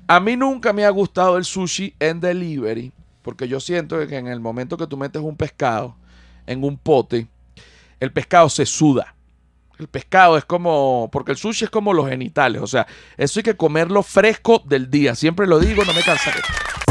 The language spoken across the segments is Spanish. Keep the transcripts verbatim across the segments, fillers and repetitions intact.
A mí nunca me ha gustado el sushi en delivery, porque yo siento que en el momento que tú metes un pescado en un pote, el pescado se suda. El pescado es como, porque el sushi es como los genitales, o sea, eso hay que comerlo fresco del día. Siempre lo digo, no me cansaré.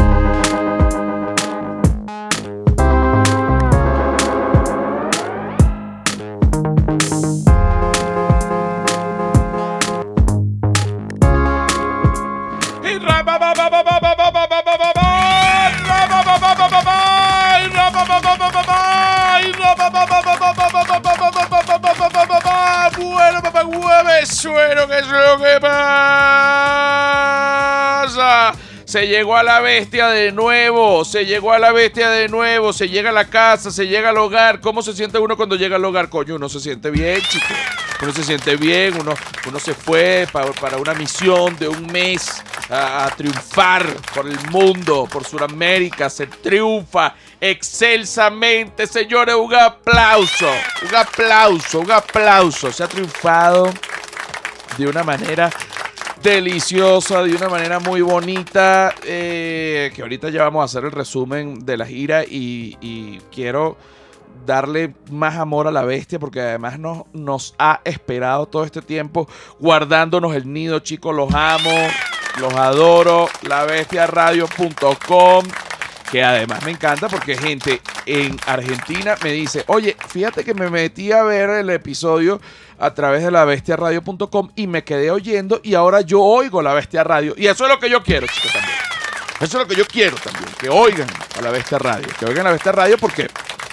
Bueno, papá hueve, suero, ¿qué es lo que pasa? Se llegó a la bestia de nuevo, se llegó a la bestia de nuevo, se llega a la casa, se llega al hogar. ¿Cómo se siente uno cuando llega al hogar? Coño, uno se siente bien, chico. Uno se siente bien, uno, uno se fue para, para una misión de un mes a, a triunfar por el mundo, por Sudamérica. Se triunfa excelsamente, señores. Un aplauso, un aplauso, un aplauso. Se ha triunfado de una manera deliciosa, de una manera muy bonita, eh, que ahorita ya vamos a hacer el resumen de la gira y, y quiero darle más amor a la bestia porque además nos, nos ha esperado todo este tiempo guardándonos el nido, chicos. Los amo, los adoro. la bestia radio punto com, que además me encanta porque gente en Argentina me dice, oye, fíjate que me metí a ver el episodio a través de la bestia radio punto com y me quedé oyendo y ahora yo oigo La Bestia Radio. Y eso es lo que yo quiero, chicos, también. Eso es lo que yo quiero también, que oigan a La Bestia Radio. Que oigan La Bestia Radio porque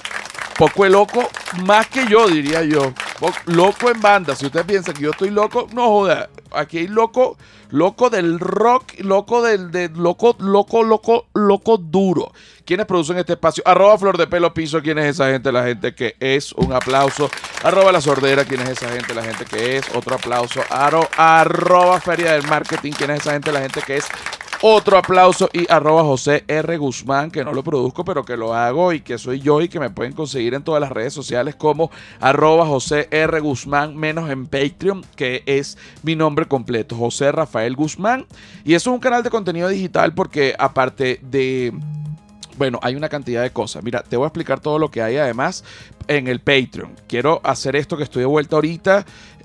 poco es loco, más que yo, diría yo. Loco en banda. Si usted piensa que yo estoy loco, no joda. Aquí hay loco, loco del rock, loco del, de, loco, loco, loco, loco duro. ¿Quiénes producen este espacio? Arroba Flor de Pelo Piso. ¿Quién es esa gente? La gente que es. Un aplauso. Arroba La Sordera. ¿Quién es esa gente? La gente que es. Otro aplauso. Arro, arroba Feria del Marketing. ¿Quién es esa gente? La gente que es. Otro aplauso. Y arroba José R. Guzmán, que no lo produzco, pero que lo hago y que soy yo y que me pueden conseguir en todas las redes sociales como arroba José R. Guzmán, menos en Patreon, que es mi nombre completo, José Rafael Guzmán. Y eso es un canal de contenido digital porque aparte de... Bueno, hay una cantidad de cosas. Mira, te voy a explicar todo lo que hay además en el Patreon. Quiero hacer esto que estoy de vuelta ahorita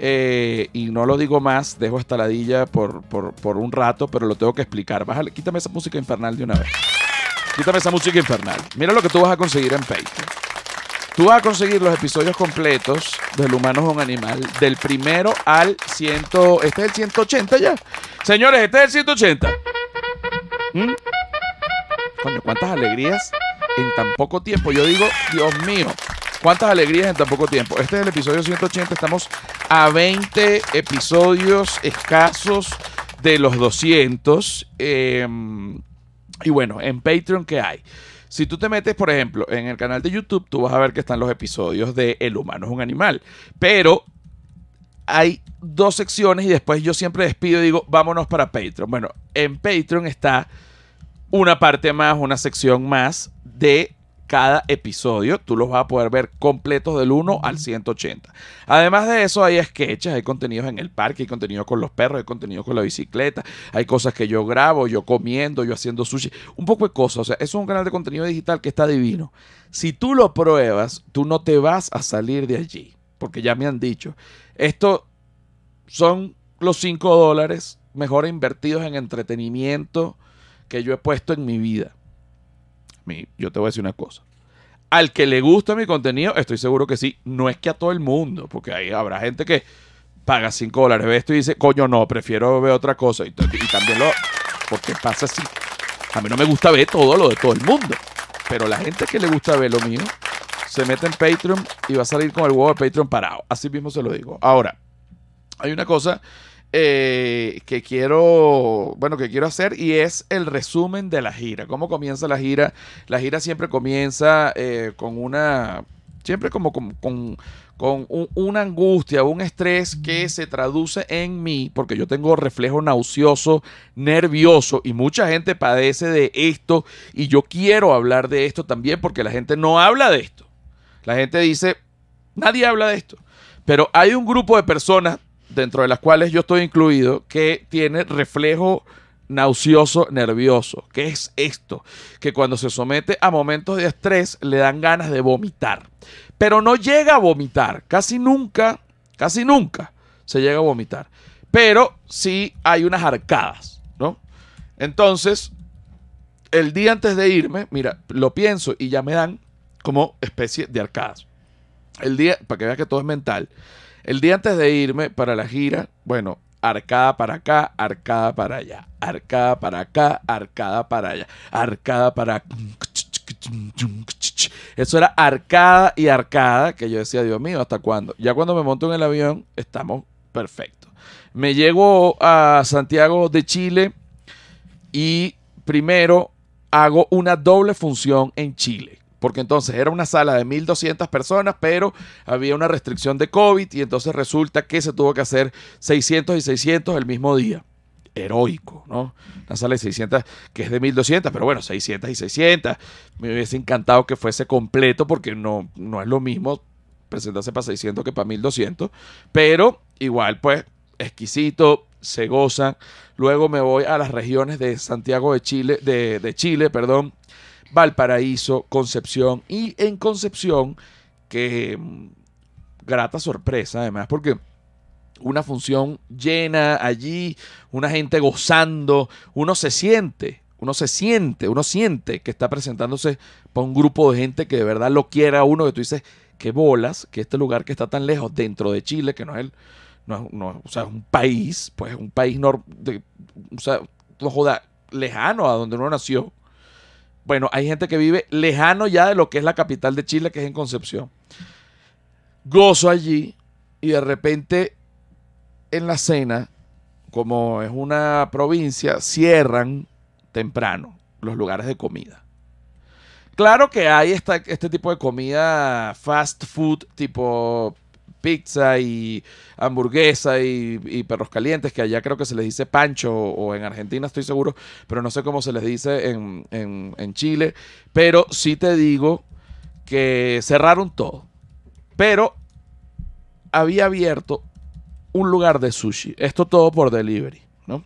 eh, y no lo digo más. Dejo esta ladilla por, por, por un rato, pero lo tengo que explicar. Bájale, quítame esa música infernal de una vez. Quítame esa música infernal. Mira lo que tú vas a conseguir en Patreon. Tú vas a conseguir los episodios completos del Humano es un Animal, del primero al ciento... Este es el ciento ochenta ya. Señores, este es el ciento ochenta. ¿Mm? Coño, cuántas alegrías en tan poco tiempo. Yo digo, Dios mío, cuántas alegrías en tan poco tiempo. Este es el episodio ciento ochenta. Estamos a veinte episodios escasos de los doscientos. Eh, y bueno, en Patreon, ¿qué hay? Si tú te metes, por ejemplo, en el canal de YouTube, tú vas a ver que están los episodios de El Humano es un Animal. Pero hay dos secciones y después yo siempre despido y digo, vámonos para Patreon. Bueno, en Patreon está una parte más, una sección más de cada episodio. Tú los vas a poder ver completos del uno al ciento ochenta. Además de eso, hay sketches, hay contenidos en el parque, hay contenido con los perros, hay contenido con la bicicleta, hay cosas que yo grabo, yo comiendo, yo haciendo sushi, un poco de cosas. O sea, eso es un canal de contenido digital que está divino. Si tú lo pruebas, tú no te vas a salir de allí, porque ya me han dicho, esto son los cinco dólares mejor invertidos en entretenimiento que yo he puesto en mi vida. Yo te voy a decir una cosa. Al que le gusta mi contenido, estoy seguro que sí. No es que a todo el mundo, porque ahí habrá gente que paga cinco dólares, ve esto y dice, coño, no, prefiero ver otra cosa. Y, y también lo... Porque pasa así. A mí no me gusta ver todo lo de todo el mundo. Pero la gente que le gusta ver lo mío, se mete en Patreon y va a salir con el huevo de Patreon parado. Así mismo se lo digo. Ahora, hay una cosa... Eh, que quiero bueno que quiero hacer y es el resumen de la gira. ¿Cómo comienza la gira? La gira siempre comienza eh, con una siempre como con, con, con un, una angustia, un estrés que se traduce en mí, porque yo tengo reflejo nauseoso, nervioso, y mucha gente padece de esto y yo quiero hablar de esto también porque la gente no habla de esto. La gente dice, nadie habla de esto, pero hay un grupo de personas dentro de las cuales yo estoy incluido, que tiene reflejo nauseoso, nervioso. ¿Qué es esto? Que cuando se somete a momentos de estrés le dan ganas de vomitar. Pero no llega a vomitar. Casi nunca, casi nunca se llega a vomitar. Pero sí hay unas arcadas, ¿no? Entonces, el día antes de irme, mira, lo pienso y ya me dan como especie de arcadas. El día, para que veas que todo es mental. El día antes de irme para la gira, bueno, arcada para acá, arcada para allá, arcada para acá, arcada para allá, arcada para acá. Eso era arcada y arcada, que yo decía, Dios mío, ¿hasta cuándo? Ya cuando me monto en el avión, estamos perfectos. Me llego a Santiago de Chile y primero hago una doble función en Chile. Porque entonces era una sala de mil doscientas personas, pero había una restricción de COVID y entonces resulta que se tuvo que hacer seiscientos y seiscientos el mismo día. Heroico, ¿no? Una sala de seiscientas que es de mil doscientas, pero bueno, seiscientas y seiscientas. Me hubiese encantado que fuese completo porque no, no es lo mismo presentarse para seiscientos que para mil doscientos. Pero igual, pues, exquisito, se gozan. Luego me voy a las regiones de Santiago de Chile, de, de Chile, perdón. Valparaíso, Concepción, y en Concepción, que mmm, grata sorpresa además, porque una función llena allí, una gente gozando, uno se siente, uno se siente, uno siente que está presentándose para un grupo de gente que de verdad lo quiere a uno, que tú dices, qué bolas, que este lugar que está tan lejos dentro de Chile, que no es el, no, no, o sea, es un país, pues un país, nor, de, o sea, no joda, lejano a donde uno nació. Bueno, hay gente que vive lejano ya de lo que es la capital de Chile, que es en Concepción. Gozo allí y de repente en la cena, como es una provincia, cierran temprano los lugares de comida. Claro que hay esta, este tipo de comida fast food, tipo pizza y hamburguesa y, y perros calientes, que allá creo que se les dice pancho, o en Argentina estoy seguro, pero no sé cómo se les dice en, en, en Chile. Pero sí te digo que cerraron todo. Pero había abierto un lugar de sushi. Esto todo por delivery, ¿no?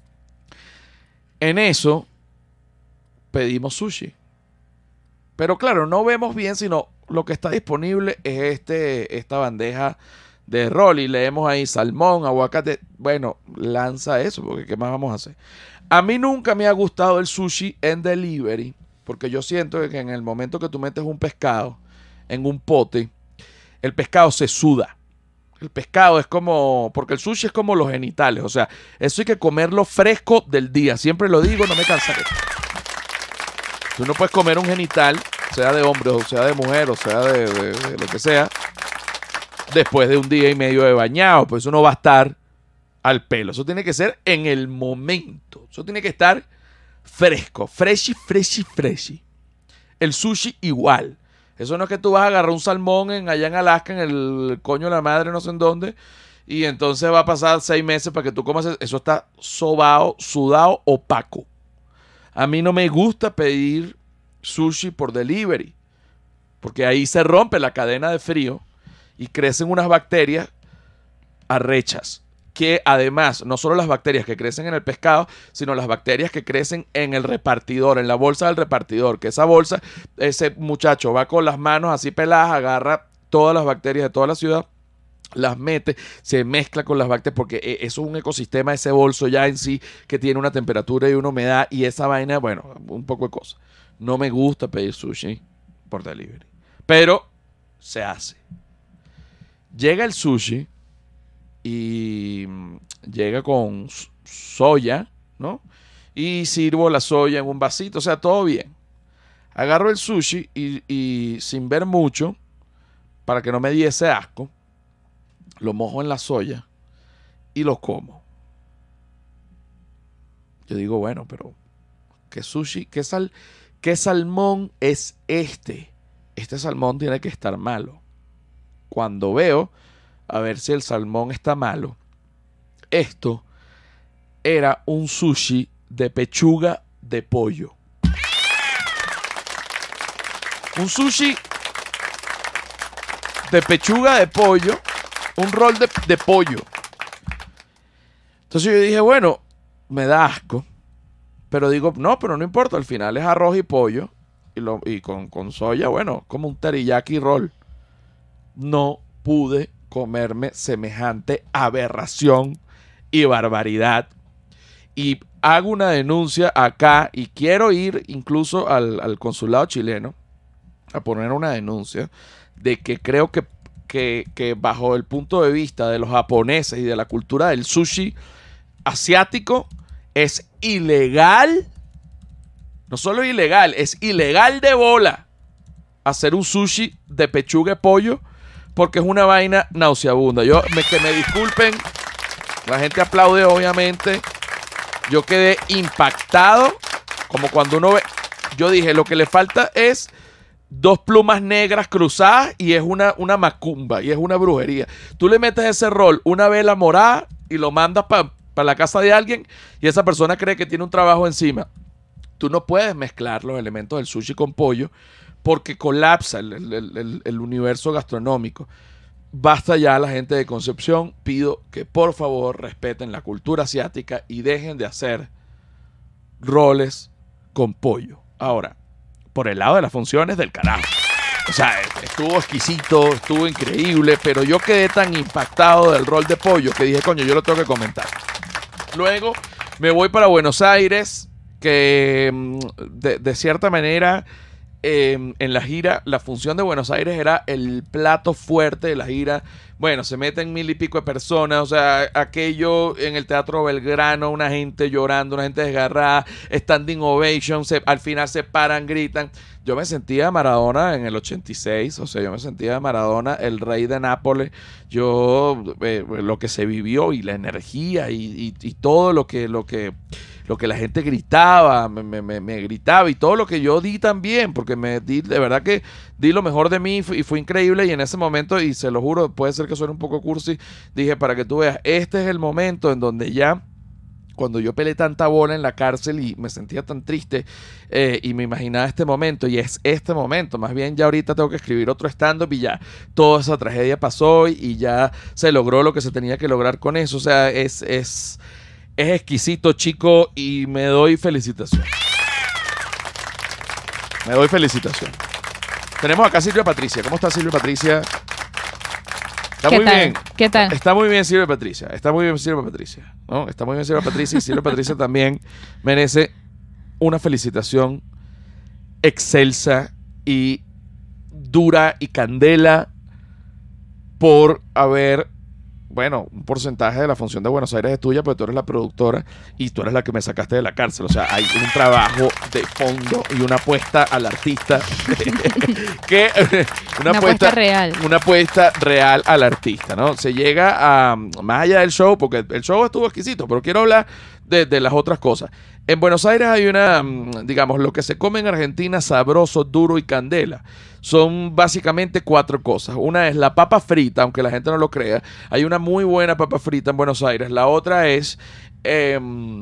En eso pedimos sushi. Pero claro, no vemos bien, sino lo que está disponible es este, esta bandeja de rol y leemos ahí salmón, aguacate. Bueno, lanza eso, porque ¿qué más vamos a hacer? A mí nunca me ha gustado el sushi en delivery, porque yo siento que en el momento que tú metes un pescado en un pote, el pescado se suda. El pescado es como, porque el sushi es como los genitales, o sea, eso hay que comerlo fresco del día. Siempre lo digo, no me cansaré. Tú no puedes comer un genital, sea de hombre o sea de mujer o sea de, de, de lo que sea, después de un día y medio de bañado, pues eso no va a estar al pelo. Eso tiene que ser en el momento. Eso tiene que estar fresco, freshy, freshy, freshy. El sushi igual. Eso no es que tú vas a agarrar un salmón en, allá en Alaska, en el coño de la madre, no sé en dónde, y entonces va a pasar seis meses para que tú comas. Eso está sobado, sudado, opaco. A mí no me gusta pedir sushi por delivery, porque ahí se rompe la cadena de frío y crecen unas bacterias arrechas, que además, no solo las bacterias que crecen en el pescado, sino las bacterias que crecen en el repartidor, en la bolsa del repartidor, que esa bolsa, ese muchacho va con las manos así peladas, agarra todas las bacterias de toda la ciudad, las mete, se mezcla con las bacterias, porque eso es un ecosistema, ese bolso ya en sí, que tiene una temperatura y una humedad, y esa vaina, bueno, un poco de cosas. No me gusta pedir sushi por delivery, pero se hace. Llega el sushi y llega con soya, ¿no? Y sirvo la soya en un vasito, o sea, todo bien. Agarro el sushi y, y sin ver mucho, para que no me diese asco, lo mojo en la soya y lo como. Yo digo, bueno, pero ¿qué sushi, qué, sal, qué salmón es este? Este salmón tiene que estar malo. Cuando veo a ver si el salmón está malo, esto era un sushi de pechuga de pollo. Un sushi de pechuga de pollo, un rol de, de pollo. Entonces yo dije, bueno, me da asco, Pero digo, no, pero no importa, al final es arroz y pollo. Y, lo, y con, con soya, bueno, como un teriyaki roll. No pude comerme semejante aberración y barbaridad. Y hago una denuncia acá y quiero ir incluso al, al consulado chileno a poner una denuncia de que creo que, que, que bajo el punto de vista de los japoneses y de la cultura del sushi asiático es ilegal. No solo ilegal, es ilegal de bola hacer un sushi de pechuga de pollo porque es una vaina nauseabunda. Yo, me, que me disculpen, la gente aplaude obviamente. Yo quedé impactado, como cuando uno ve, yo dije, lo que le falta es dos plumas negras cruzadas y es una, una macumba, y es una brujería. Tú le metes ese rol, una vela morada, y lo mandas para pa la casa de alguien, y esa persona cree que tiene un trabajo encima. Tú no puedes mezclar los elementos del sushi con pollo porque colapsa el, el, el, el universo gastronómico. Basta ya, la gente de Concepción. Pido que por favor respeten la cultura asiática y dejen de hacer roles con pollo. Ahora, por el lado de las funciones, del carajo. O sea, estuvo exquisito, estuvo increíble, pero yo quedé tan impactado del rol de pollo que dije, coño, yo lo tengo que comentar. Luego me voy para Buenos Aires, que de, de cierta manera eh, en la gira, la función de Buenos Aires era el plato fuerte de la gira. Bueno, se meten mil y pico de personas, o sea, aquello en el Teatro Belgrano, una gente llorando, una gente desgarrada, standing ovation, se, al final se paran, gritan. Yo me sentía Maradona en el ochenta y seis, o sea, yo me sentía Maradona, el rey de Nápoles. Yo, eh, lo que se vivió y la energía y, y, y todo lo que, lo que, lo que la gente gritaba, me, me, me gritaba, y todo lo que yo di también, porque me di, de verdad que di lo mejor de mí y fue, y fue increíble. Y en ese momento, y se lo juro, puede ser que suene un poco cursi, dije, para que tú veas, este es el momento en donde ya, cuando yo peleé tanta bola en la cárcel y me sentía tan triste eh, y me imaginaba este momento, y es este momento, más bien ya ahorita tengo que escribir otro stand-up y ya toda esa tragedia pasó y, y ya se logró lo que se tenía que lograr con eso. O sea, es, es, es exquisito, chico, y me doy felicitación. Me doy felicitación. Tenemos acá a Silvia Patricia. ¿Cómo está Silvia Patricia? Está ¿Qué muy tal? bien. ¿Qué tal? Está muy bien Silvia Patricia. Está muy bien Silvia Patricia. ¿No? Está muy bien Silvia Patricia. Y Silvia Patricia también merece una felicitación excelsa y dura y candela por haber, bueno, un porcentaje de la función de Buenos Aires es tuya, pero tú eres la productora y tú eres la que me sacaste de la cárcel. O sea, hay un trabajo de fondo y una apuesta al artista que una, una apuesta real. Una apuesta real al artista, ¿no? Se llega a, más allá del show, porque el show estuvo exquisito, pero quiero hablar de, de las otras cosas. En Buenos Aires hay una, digamos, lo que se come en Argentina, sabroso, duro y candela. Son básicamente cuatro cosas. Una es la papa frita, aunque la gente no lo crea. Hay una muy buena papa frita en Buenos Aires. La otra es eh,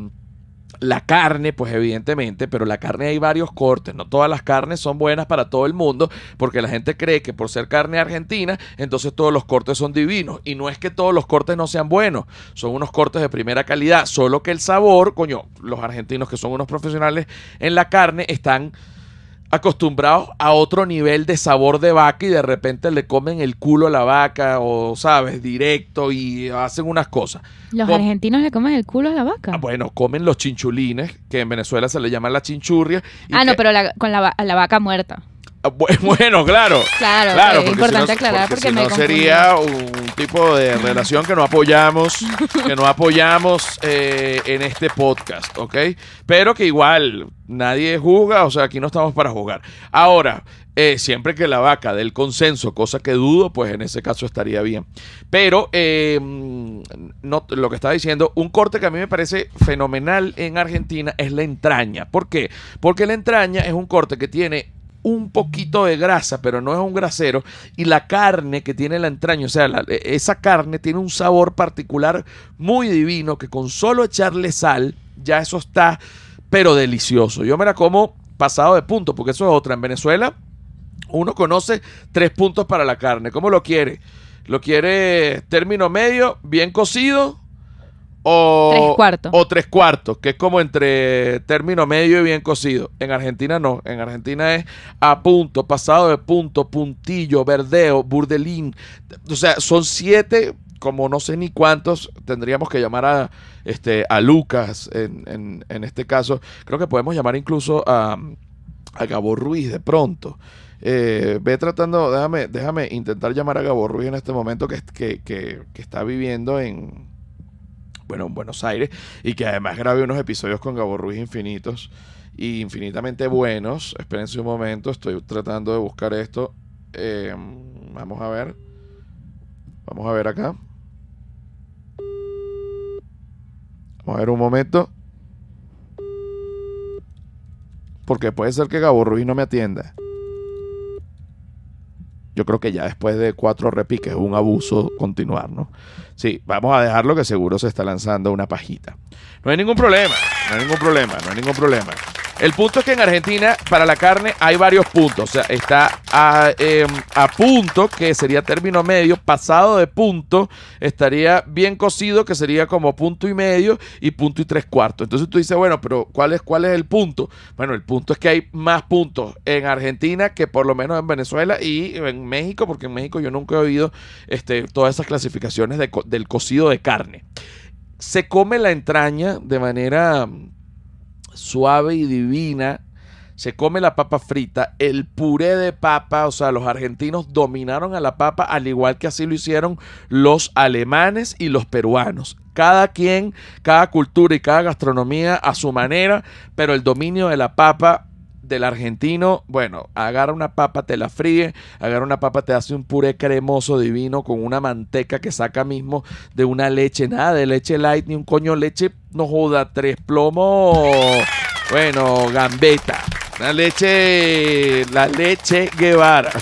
la carne, pues evidentemente, pero la carne hay varios cortes. No todas las carnes son buenas para todo el mundo, porque la gente cree que por ser carne argentina, entonces todos los cortes son divinos. Y no es que todos los cortes no sean buenos. Son unos cortes de primera calidad. Solo que el sabor, coño, los argentinos que son unos profesionales en la carne están acostumbrados a otro nivel de sabor de vaca y de repente le comen el culo a la vaca o, sabes, directo y hacen unas cosas. ¿Los Com argentinos le comen el culo a la vaca? Ah, bueno, comen los chinchulines, que en Venezuela se le llaman la chinchurria. Y ah, que, no, pero la, con la, la vaca muerta. Bueno, claro. Claro, claro, es importante si no, aclarar porque, porque si me no confundí. sería un tipo de relación que no apoyamos, que no apoyamos eh, en este podcast, ¿ok? Pero que igual nadie juzga, o sea, aquí no estamos para jugar. Ahora, eh, siempre que la vaca dé el consenso, cosa que dudo, pues en ese caso estaría bien. Pero eh, no, lo que estaba diciendo, un corte que a mí me parece fenomenal en Argentina es la entraña. ¿Por qué? Porque la entraña es un corte que tiene un poquito de grasa, pero no es un grasero, y la carne que tiene la entraña, o sea, la, esa carne tiene un sabor particular muy divino que con solo echarle sal, ya eso está, pero delicioso. Yo me la como pasado de punto, porque eso es otra. En Venezuela uno conoce tres puntos para la carne. ¿Cómo lo quiere? ¿Lo quiere término medio, bien cocido, o Tres cuartos. o tres cuartos, que es como entre término medio y bien cocido. En Argentina no, en Argentina es a punto, pasado de punto, puntillo, verdeo, burdelín. O sea, son siete, como no sé ni cuántos, tendríamos que llamar a, este, a Lucas en, en, en este caso. Creo que podemos llamar incluso a, a Gabo Ruiz de pronto. Eh, ve tratando, déjame, déjame intentar llamar a Gabo Ruiz en este momento que, que, que, que está viviendo en... bueno, en Buenos Aires, y que además grabé unos episodios con Gabo Ruiz infinitos y infinitamente buenos. Espérense un momento, estoy tratando de buscar esto. Eh, vamos a ver. Vamos a ver acá. Vamos a ver un momento. Porque puede ser que Gabo Ruiz no me atienda. Yo creo que ya después de cuatro repiques es un abuso continuar, ¿no? Sí, vamos a dejarlo, que seguro se está lanzando una pajita. No hay ningún problema, no hay ningún problema, no hay ningún problema. El punto es que en Argentina, para la carne, hay varios puntos. O sea, está a, eh, a punto, que sería término medio, pasado de punto, estaría bien cocido, que sería como punto y medio, y punto y tres cuartos. Entonces tú dices, bueno, pero ¿cuál es, cuál es el punto? Bueno, el punto es que hay más puntos en Argentina que por lo menos en Venezuela y en México, porque en México yo nunca he oído este, todas esas clasificaciones de, del cocido de carne. Se come la entraña de manera suave y divina, se come la papa frita, el puré de papa. O sea, los argentinos dominaron a la papa, al igual que así lo hicieron los alemanes y los peruanos. Cada quien, cada cultura y cada gastronomía a su manera, pero el dominio de la papa del argentino, bueno, agarra una papa, te la fríe, agarra una papa, te hace un puré cremoso divino con una manteca que saca mismo de una leche, nada de leche light ni un coño leche, no joda, tres plomos, bueno, gambeta, la leche, la leche Guevara,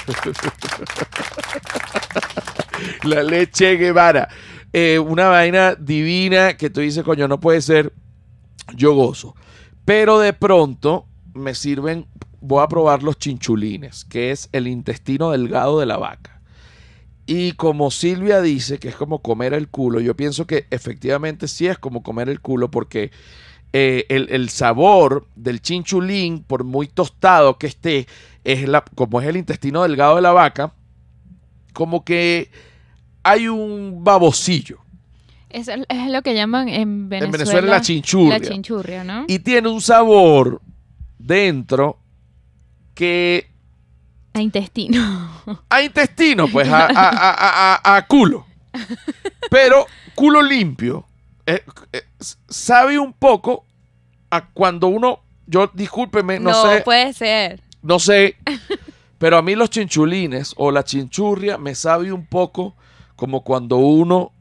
la leche Guevara, eh, una vaina divina que tú dices, coño, no puede ser, yo gozo, pero de pronto me sirven, voy a probar los chinchulines, que es el intestino delgado de la vaca. Y como Silvia dice que es como comer el culo, yo pienso que efectivamente sí es como comer el culo, porque eh, el, el sabor del chinchulín, por muy tostado que esté, es la, como es el intestino delgado de la vaca, como que hay un babosillo. Es, es lo que llaman en Venezuela, en Venezuela la chinchurria. La chinchurria, ¿no? Y tiene un sabor dentro que a intestino a intestino pues a, a, a, a, a culo, pero culo limpio, eh, eh, sabe un poco a cuando uno, yo discúlpeme, no, no sé, puede ser, no sé, pero a mí los chinchulines o la chinchurria me sabe un poco como cuando uno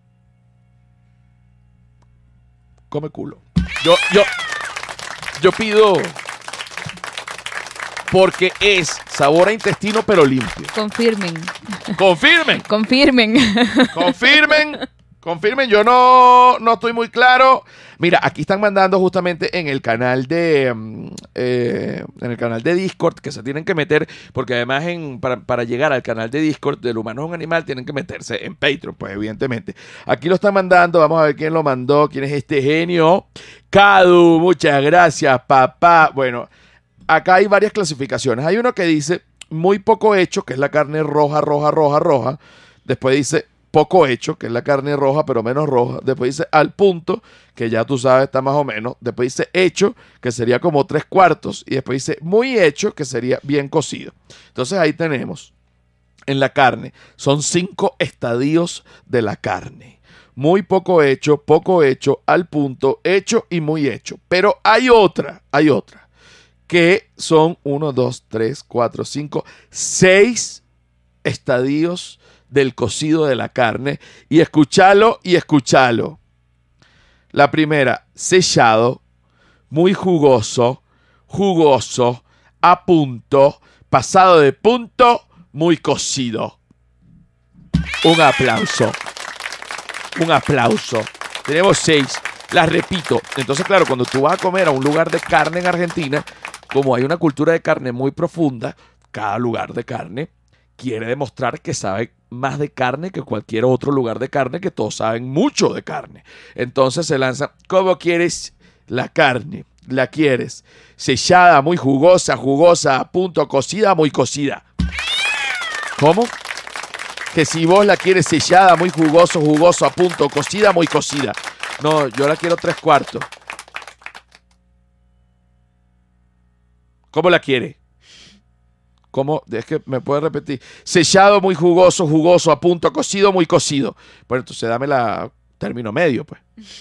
come culo. Yo, yo, yo pido, porque es sabor a intestino pero limpio. Confirmen. Confirmen. Confirmen. Confirmen. Confirmen. Yo no, no estoy muy claro. Mira, aquí están mandando justamente en el canal de um, eh, en el canal de Discord, que se tienen que meter, porque además en, para, para llegar al canal de Discord del Humano es un Animal tienen que meterse en Patreon, pues evidentemente. Aquí lo están mandando, vamos a ver quién lo mandó, quién es este genio. Cadu, muchas gracias, papá. Bueno, acá hay varias clasificaciones. Hay uno que dice muy poco hecho, que es la carne roja, roja, roja, roja. Después dice poco hecho, que es la carne roja, pero menos roja. Después dice al punto, que ya tú sabes, está más o menos. Después dice hecho, que sería como tres cuartos. Y después dice muy hecho, que sería bien cocido. Entonces ahí tenemos en la carne. Son cinco estadios de la carne. Muy poco hecho, poco hecho, al punto, hecho y muy hecho. Pero hay otra, hay otra. Que son uno, dos, tres, cuatro, cinco, seis estadios del cocido de la carne. Y escúchalo y escúchalo. La primera, sellado, muy jugoso, jugoso, a punto, pasado de punto, muy cocido. Un aplauso. Un aplauso. Tenemos seis. Las repito. Entonces, claro, cuando tú vas a comer a un lugar de carne en Argentina, como hay una cultura de carne muy profunda, cada lugar de carne quiere demostrar que sabe más de carne que cualquier otro lugar de carne, que todos saben mucho de carne. Entonces se lanzan, ¿cómo quieres la carne? ¿La quieres sellada, muy jugosa, jugosa, a punto, cocida, muy cocida? ¿Cómo? Que si vos la quieres sellada, muy jugoso, jugoso, a punto, cocida, muy cocida. No, yo la quiero tres cuartos. ¿Cómo la quiere? ¿Cómo? Es que me puede repetir. Sellado, muy jugoso, jugoso, a punto, cocido, muy cocido. Bueno, entonces dame la término medio, pues.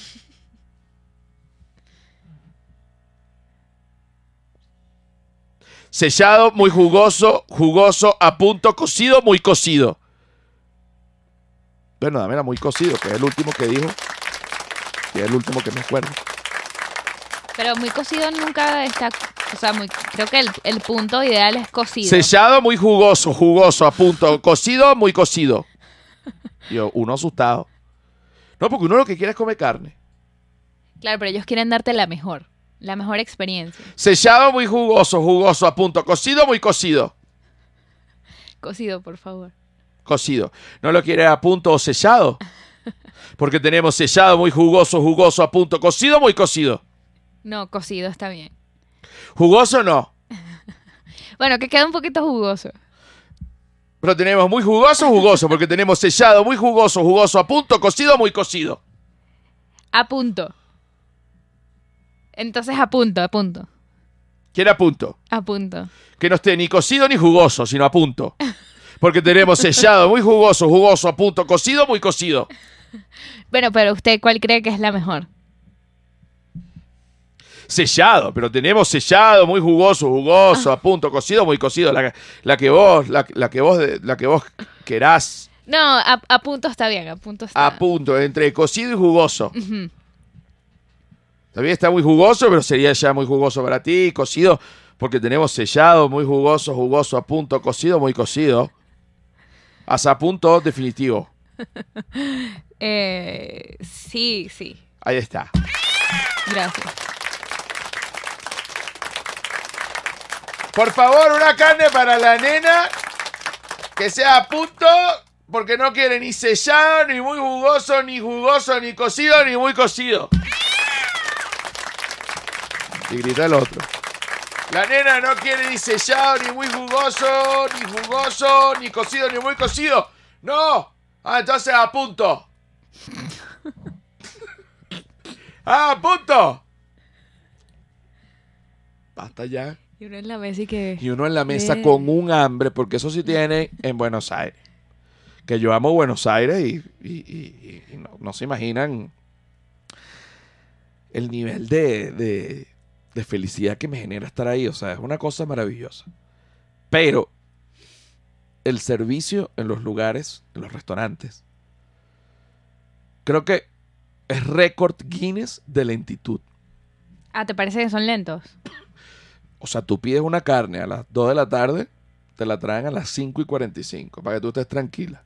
Sellado, muy jugoso, jugoso, a punto, cocido, muy cocido. Bueno, dame la muy cocido, que es el último que dijo. Que es el último que me acuerdo. Pero muy cocido nunca está... O sea, muy, creo que el, el punto ideal es cocido. Sellado, muy jugoso, jugoso, a punto, cocido, muy cocido. Yo, uno asustado. No, porque uno lo que quiere es comer carne. Claro, pero ellos quieren darte la mejor. La mejor experiencia. Sellado, muy jugoso, jugoso, a punto, cocido, muy cocido. Cocido, por favor. Cocido. ¿No lo quiere a punto o sellado? Porque tenemos sellado, muy jugoso, jugoso, a punto, cocido, muy cocido. No, cocido está bien. ¿Jugoso no? Bueno, que queda un poquito jugoso. Pero tenemos muy jugoso, jugoso, porque tenemos sellado, muy jugoso, jugoso, a punto, cocido, muy cocido. A punto. Entonces a punto, a punto. ¿Quién a punto? A punto. Que no esté ni cocido ni jugoso, sino a punto. Porque tenemos sellado, muy jugoso, jugoso, a punto, cocido, muy cocido. Bueno, pero usted, ¿cuál cree que es la mejor? Sellado, pero tenemos sellado, muy jugoso, jugoso, a punto, cocido, muy cocido. La, la que vos, la, la que vos, la que vos querás. No, a, a punto está bien, a punto está. A punto, entre cocido y jugoso. Uh-huh. También está muy jugoso, pero sería ya muy jugoso para ti. Cocido, porque tenemos sellado, muy jugoso, jugoso, a punto, cocido, muy cocido. Hasta a punto definitivo. eh, sí, sí. Ahí está. Gracias. Por favor, una carne para la nena que sea a punto, porque no quiere ni sellado, ni muy jugoso, ni jugoso, ni cocido, ni muy cocido. Y grita el otro. La nena no quiere ni sellado, ni muy jugoso, ni jugoso, ni cocido, ni muy cocido. ¡No! Ah, entonces a punto. ¡Ah, a punto! Basta ya. Y uno en la mesa y que... Y uno en la mesa eh. con un hambre, porque eso sí tiene en Buenos Aires. Que yo amo Buenos Aires y, y, y, y no, no se imaginan el nivel de, de, de felicidad que me genera estar ahí. O sea, es una cosa maravillosa. Pero el servicio en los lugares, en los restaurantes, creo que es récord Guinness de lentitud. Ah, ¿te parece que son lentos? O sea, tú pides una carne a las dos de la tarde, te la traen a las cinco y cuarenta y cinco, para que tú estés tranquila.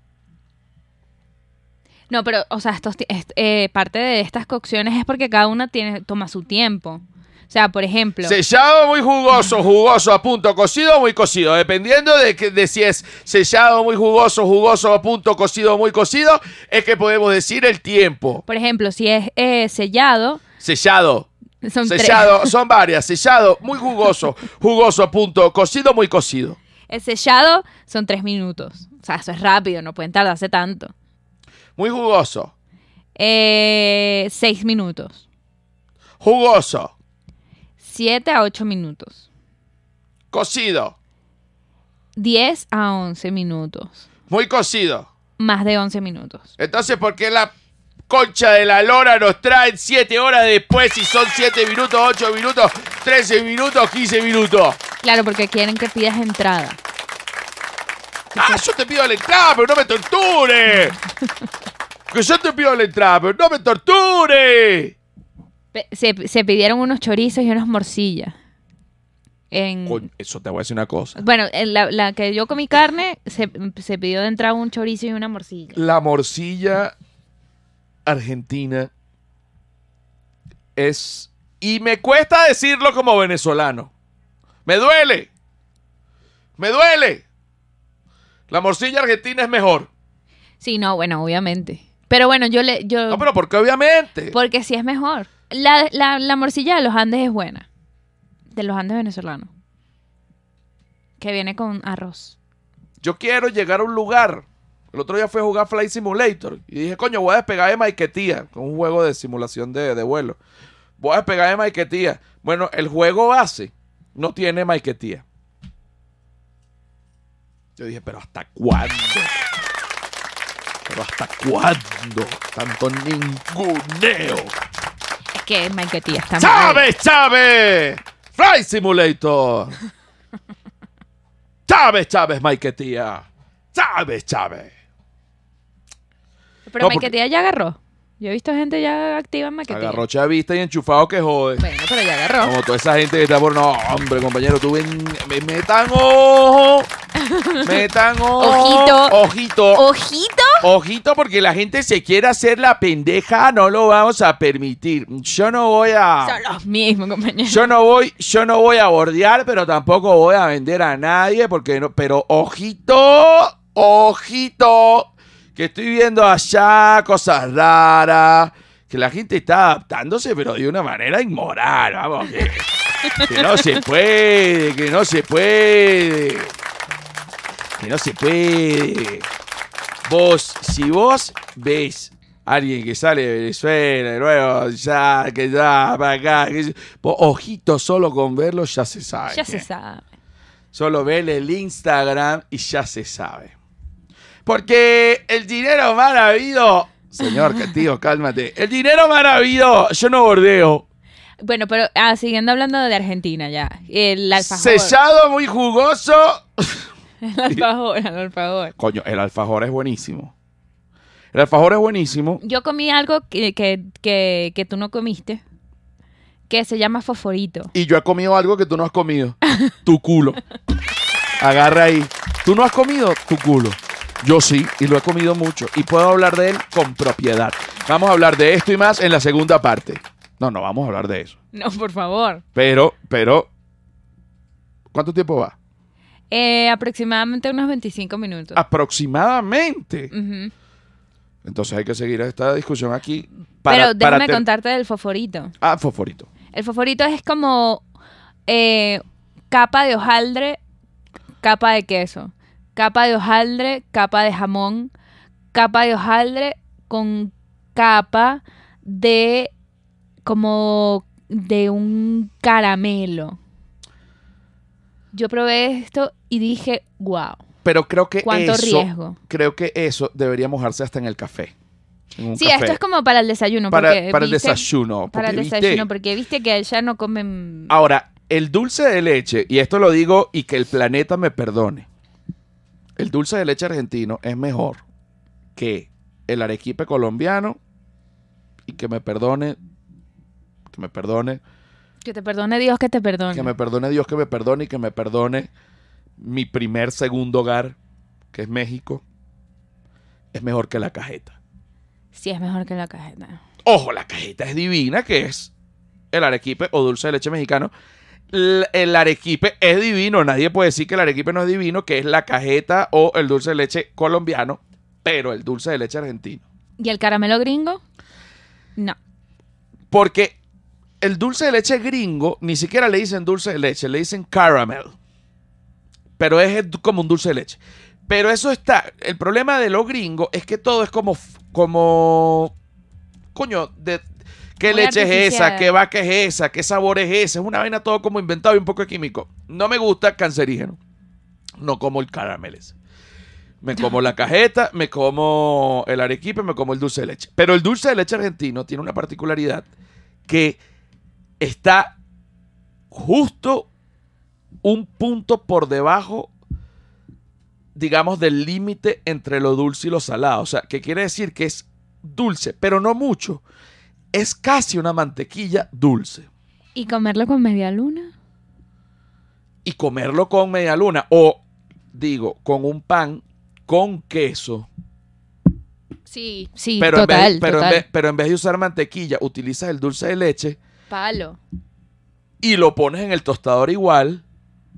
No, pero, o sea, estos, est- eh, parte de estas cocciones es porque cada una tiene, toma su tiempo. O sea, por ejemplo... Sellado, muy jugoso, jugoso, a punto, cocido, muy cocido. Dependiendo de, que, de si es sellado, muy jugoso, jugoso, a punto, cocido, muy cocido, es que podemos decir el tiempo. Por ejemplo, si es eh, sellado... Sellado. Son Sellado, tres. son varias. Sellado, muy jugoso, jugoso, a punto, cocido, muy cocido. El sellado son tres minutos. O sea, eso es rápido, no pueden tardarse tanto. Muy jugoso. Eh, seis minutos. Jugoso. Siete a ocho minutos. Cocido. Diez a once minutos. Muy cocido. Más de once minutos. Entonces, ¿por qué la concha de la lora nos traen siete horas después y son siete minutos, ocho minutos, trece minutos, quince minutos? Claro, porque quieren que pidas entrada. ¡Ah, yo te pido la entrada, pero no me torture! Que yo te pido la entrada, pero no me torture. Pe- Se, se pidieron unos chorizos y unas morcillas. En, Coño, eso te voy a decir una cosa. bueno, en la, la que yo comí carne, se, se pidió de entrada un chorizo y una morcilla. La morcilla argentina es... Y me cuesta decirlo como venezolano. ¡Me duele! ¡Me duele! La morcilla argentina es mejor. Sí, no, bueno, obviamente. Pero bueno, yo le... Yo, No, pero ¿por qué obviamente? porque sí es mejor. La, la, la morcilla de los Andes es buena. De los Andes venezolanos. Que viene con arroz. Yo quiero llegar a un lugar. El otro día fui a jugar Flight Simulator. Y dije, coño, voy a despegar de Maiquetía. Con un juego de simulación de, de vuelo. Voy a despegar de Maiquetía. Bueno, el juego base no tiene Maiquetía. Yo dije, pero ¿hasta cuándo? ¿Pero hasta cuándo? Tanto ninguneo. Es que Maiquetía está mal. ¡Chávez, Chávez! ¡Flight Simulator! ¡Chávez, Chávez, Maiquetía! ¡Chávez, Chávez! Pero No, Maiquetía ya agarró. Yo he visto gente ya activa en Maiquetía. Agarró chavista y enchufado que jode. Bueno, pero ya agarró. Como toda esa gente que está por... No, hombre, compañero, tú ven... Me metan ojo. Metan ojo. Ojito. Ojito. ¿Ojito? Ojito, porque la gente se quiere hacer la pendeja. No lo vamos a permitir. Yo no voy a... Son los mismos, compañeros. Yo no voy, yo no voy a bordear, pero tampoco voy a vender a nadie, porque no, pero ojito, ojito, que estoy viendo allá cosas raras, que la gente está adaptándose, pero de una manera inmoral, vamos, que, que no se puede, que no se puede, que no se puede. Vos, si vos ves alguien que sale de Venezuela, de nuevo, ya, que ya, para acá, que, vos, ojito, solo con verlo ya se sabe. Ya que- se sabe. Solo vele el Instagram y ya se sabe. Porque el dinero mal habido... Señor, que tío, cálmate. El dinero mal habido, yo no bordeo. Bueno, pero ah, siguiendo hablando de Argentina ya. El alfajor. Sellado, muy jugoso. El alfajor, el alfajor. Coño, el alfajor es buenísimo. El alfajor es buenísimo. Yo comí algo que, que, que, que tú no comiste, que se llama fosforito. Y yo he comido algo que tú no has comido. Tu culo. Agarra ahí. Tú no has comido tu culo. Yo sí, y lo he comido mucho. Y puedo hablar de él con propiedad. Vamos a hablar de esto y más en la segunda parte. No, no vamos a hablar de eso. No, por favor. Pero, pero... ¿Cuánto tiempo va? Eh, aproximadamente unos veinticinco minutos. Aproximadamente. Ujú. Entonces hay que seguir esta discusión aquí. Para, Pero déjame para ter- contarte del fosforito. Ah, fosforito. El fosforito es como eh, capa de hojaldre, capa de queso. Capa de hojaldre, capa de jamón. Capa de hojaldre con capa de como de un caramelo. Yo probé esto y dije, wow, Pero creo que cuánto eso... riesgo. Creo que eso debería mojarse hasta en el café. En un Sí, café. esto es como para el desayuno. para, porque, para el ¿viste? desayuno. Para el porque, desayuno, ¿viste? porque viste que allá no comen... Ahora, el dulce de leche, y esto lo digo y que el planeta me perdone, el dulce de leche argentino es mejor que el arequipe colombiano y que me perdone, que me perdone, Que te perdone Dios, que te perdone. que me perdone Dios, que me perdone y que me perdone mi primer segundo hogar, que es México, es mejor que la cajeta. Sí, es mejor que la cajeta. Ojo, la cajeta es divina, que es el arequipe o dulce de leche mexicano. L- El arequipe es divino, nadie puede decir que el arequipe no es divino, que es la cajeta o el dulce de leche colombiano, pero el dulce de leche argentino. ¿Y el caramelo gringo? No. Porque el dulce de leche gringo ni siquiera le dicen dulce de leche, le dicen caramel. Pero es como un dulce de leche. Pero eso está, el problema de lo gringo es que todo es como, como, coño, de... ¿Qué Muy leche es esa? artificial. ¿Qué vaca es esa? ¿Qué sabor es ese? Es una vaina todo como inventado y un poco de químico. No me gusta, cancerígeno. No como el caramel ese. Me como la cajeta, me como el arequipe, me como el dulce de leche. Pero el dulce de leche argentino tiene una particularidad que está justo un punto por debajo, digamos, del límite entre lo dulce y lo salado. O sea, que quiere decir que es dulce, pero no mucho. Es casi una mantequilla dulce. ¿Y comerlo con media luna? Y comerlo con media luna o, digo, con un pan con queso. Sí, sí, Pero, total, en vez, pero, total. En vez, pero en vez de usar mantequilla, utilizas el dulce de leche Palo. y lo pones en el tostador igual.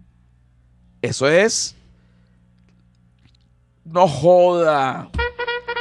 Eso es... No joda.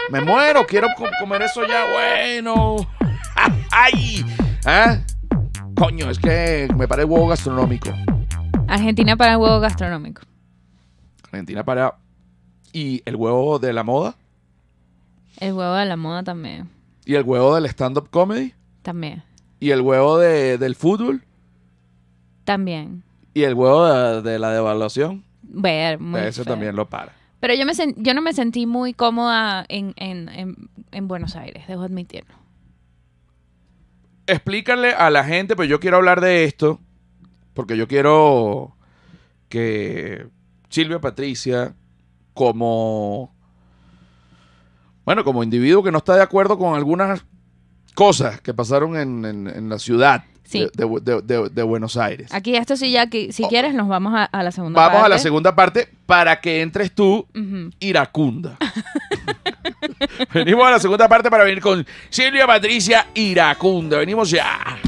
Me muero, quiero co- comer eso ya, bueno. ¡Ay! ¿Ah? Coño, es que me parece huevo gastronómico. Argentina para el huevo gastronómico. Argentina para... ¿Y el huevo de la moda? El huevo de la moda también. ¿Y el huevo del stand-up comedy? También. ¿Y el huevo de, del fútbol? También. ¿Y el huevo de, de la devaluación? Ver, muy Ese feo. también lo para. Pero yo me sen- yo no me sentí muy cómoda en, en, en, en Buenos Aires, debo admitirlo. Explícale a la gente, pues yo quiero hablar de esto, porque yo quiero que Silvia Patricia, como, bueno, como individuo que no está de acuerdo con algunas cosas que pasaron en, en, en la ciudad Sí. de, de- de- de Buenos Aires. Aquí esto sí ya, que, si Oh. quieres, nos vamos a, a la segunda Vamos parte. a la segunda parte para que entres tú, Ujú. iracunda. Venimos a la segunda parte para venir con Silvia Patricia Iracunda. Venimos ya.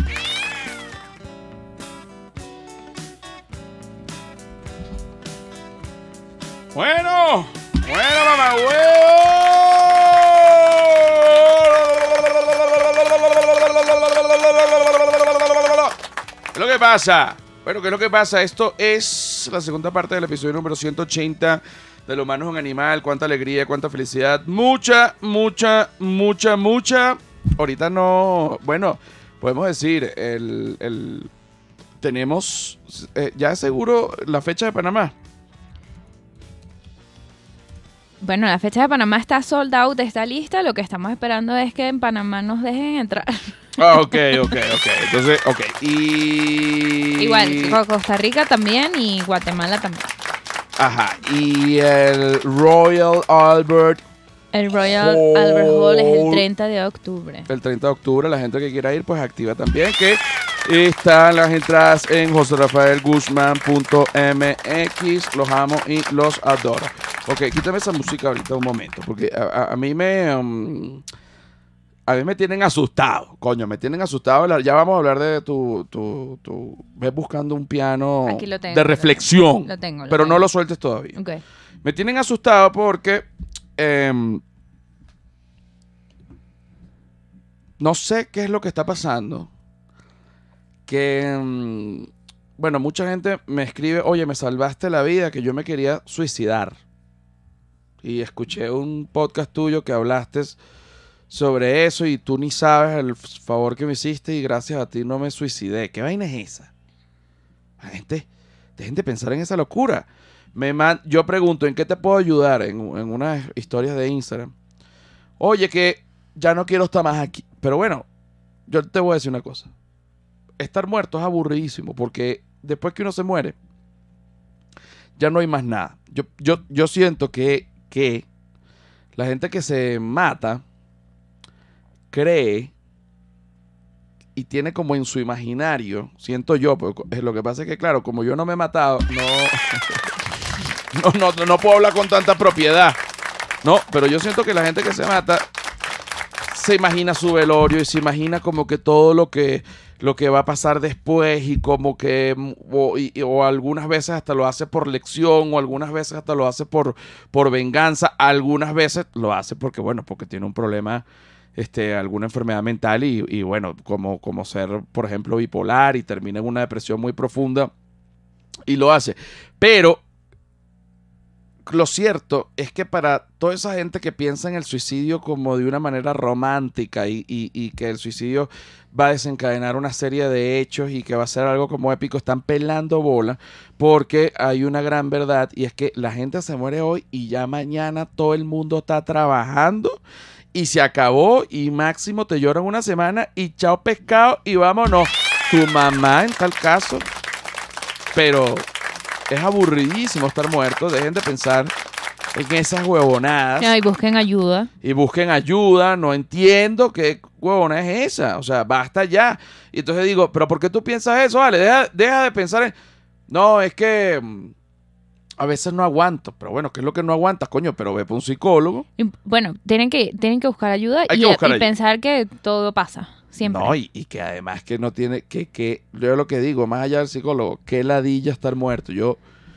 Bueno, bueno, mamá huevo. ¿Qué es lo que pasa? Bueno, ¿qué es lo que pasa? Esto es la segunda parte del episodio número ciento ochenta de Lo Humano es un Animal. Cuánta alegría, cuánta felicidad. Mucha, mucha, mucha, mucha. Ahorita no... Bueno, podemos decir, el... el tenemos eh, ya seguro la fecha de Panamá. Bueno, la fecha de Panamá está sold out, está lista. Lo que estamos esperando es que en Panamá nos dejen entrar. Ah, ok, ok, ok. Entonces, ok. Y... Igual, Co- Costa Rica también y Guatemala también. Ajá. Y el Royal Albert, El Royal Hall. Albert Hall es el treinta de octubre. el treinta de octubre. La gente que quiera ir, pues activa también. Que están las entradas en jose rafael guzmán punto m x. Los amo y los adoro. Ok, quítame esa música ahorita un momento. Porque a, a- a mí me... um, a mí me tienen asustado, coño, me tienen asustado. La- Ya vamos a hablar de tu, tu, tu... Ves buscando un piano Aquí lo tengo, de lo reflexión. Lo tengo, lo pero tengo. no lo sueltes todavía. Ok. Me tienen asustado porque... em, no sé qué es lo que está pasando. Que... em, bueno, mucha gente me escribe, oye, me salvaste la vida, que yo me quería suicidar. Y escuché un podcast tuyo que hablaste sobre eso y tú ni sabes el favor que me hiciste y gracias a ti no me suicidé. ¿Qué vaina es esa? La gente, dejen de pensar en esa locura. Me man- yo pregunto, ¿en qué te puedo ayudar? En, en unas historias de Instagram. Oye, que ya no quiero estar más aquí. Pero bueno, yo te voy a decir una cosa. Estar muerto es aburridísimo porque después que uno se muere, ya no hay más nada. Yo, yo, yo siento que, que la gente que se mata cree y tiene como en su imaginario, siento yo, porque lo que pasa es que claro, como yo no me he matado, no, no, no, no puedo hablar con tanta propiedad, no, pero yo siento que la gente que se mata se imagina su velorio y se imagina como que todo lo que lo que va a pasar después y como que o, y, o algunas veces hasta lo hace por lección o algunas veces hasta lo hace por, por venganza, algunas veces lo hace porque bueno, porque tiene un problema, este, alguna enfermedad mental y, y bueno, como, como ser por ejemplo bipolar y termina en una depresión muy profunda y lo hace, pero lo cierto es que para toda esa gente que piensa en el suicidio como de una manera romántica y, y, y que el suicidio va a desencadenar una serie de hechos y que va a ser algo como épico, están pelando bola porque hay una gran verdad y es que la gente se muere hoy y ya mañana todo el mundo está trabajando y se acabó y máximo te lloran una semana y chao pescado y vámonos. Tu mamá en tal caso, pero... es aburridísimo estar muerto. Dejen de pensar en esas huevonadas. No, y busquen ayuda. Y busquen ayuda. No entiendo qué huevona es esa. O sea, basta ya. Y entonces digo, ¿pero por qué tú piensas eso? Vale, deja, deja de pensar en... No, es que... mm, a veces no aguanto. Pero bueno, ¿qué es lo que no aguantas, coño? Pero ve para un psicólogo. Y, bueno, tienen que, tienen que buscar ayuda Hay y, que buscar y ayuda. pensar que todo pasa. Siempre. No, y, y que además que no tiene... que, que yo lo que digo, más allá del psicólogo, qué ladilla estar muerto. Yo...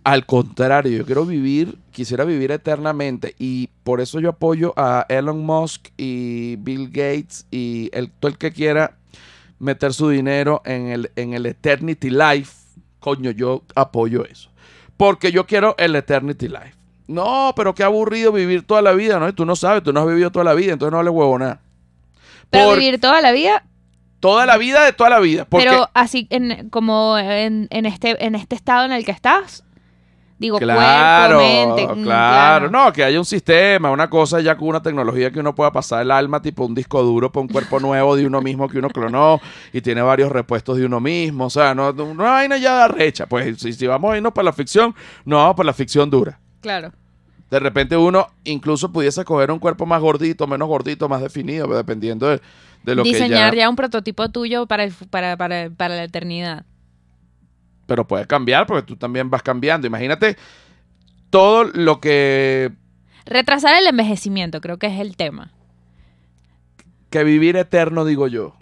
Al contrario, yo quiero vivir, quisiera vivir eternamente y por eso yo apoyo a Elon Musk y Bill Gates y el, todo el que quiera meter su dinero en el, en el Eternity Life. Coño, yo apoyo eso. Porque yo quiero el Eternity Life. No, pero qué aburrido vivir toda la vida, ¿no? Y tú no sabes, tú no has vivido toda la vida, entonces no vale huevonada. Pero Por vivir toda la vida, toda la vida de toda la vida. Porque, pero así en, como en, en este en este estado en el que estás, digo, claro, cuerpo, mente. mm, claro, no, que haya un sistema, una cosa ya con una tecnología que uno pueda pasar el alma tipo un disco duro para un cuerpo nuevo de uno mismo que uno clonó y tiene varios repuestos de uno mismo, o sea, no, no una vaina ya recha, pues si, si vamos a irnos para la ficción, no vamos para la ficción dura. Claro. De repente uno incluso pudiese coger un cuerpo más gordito, menos gordito, más definido, pero dependiendo de, de lo Diseñar que ya... ya... un prototipo tuyo para, el, para, para, para la eternidad. Pero puede cambiar porque tú también vas cambiando. Imagínate todo lo que... Retrasar el envejecimiento, creo que es el tema. Que vivir eterno, digo yo.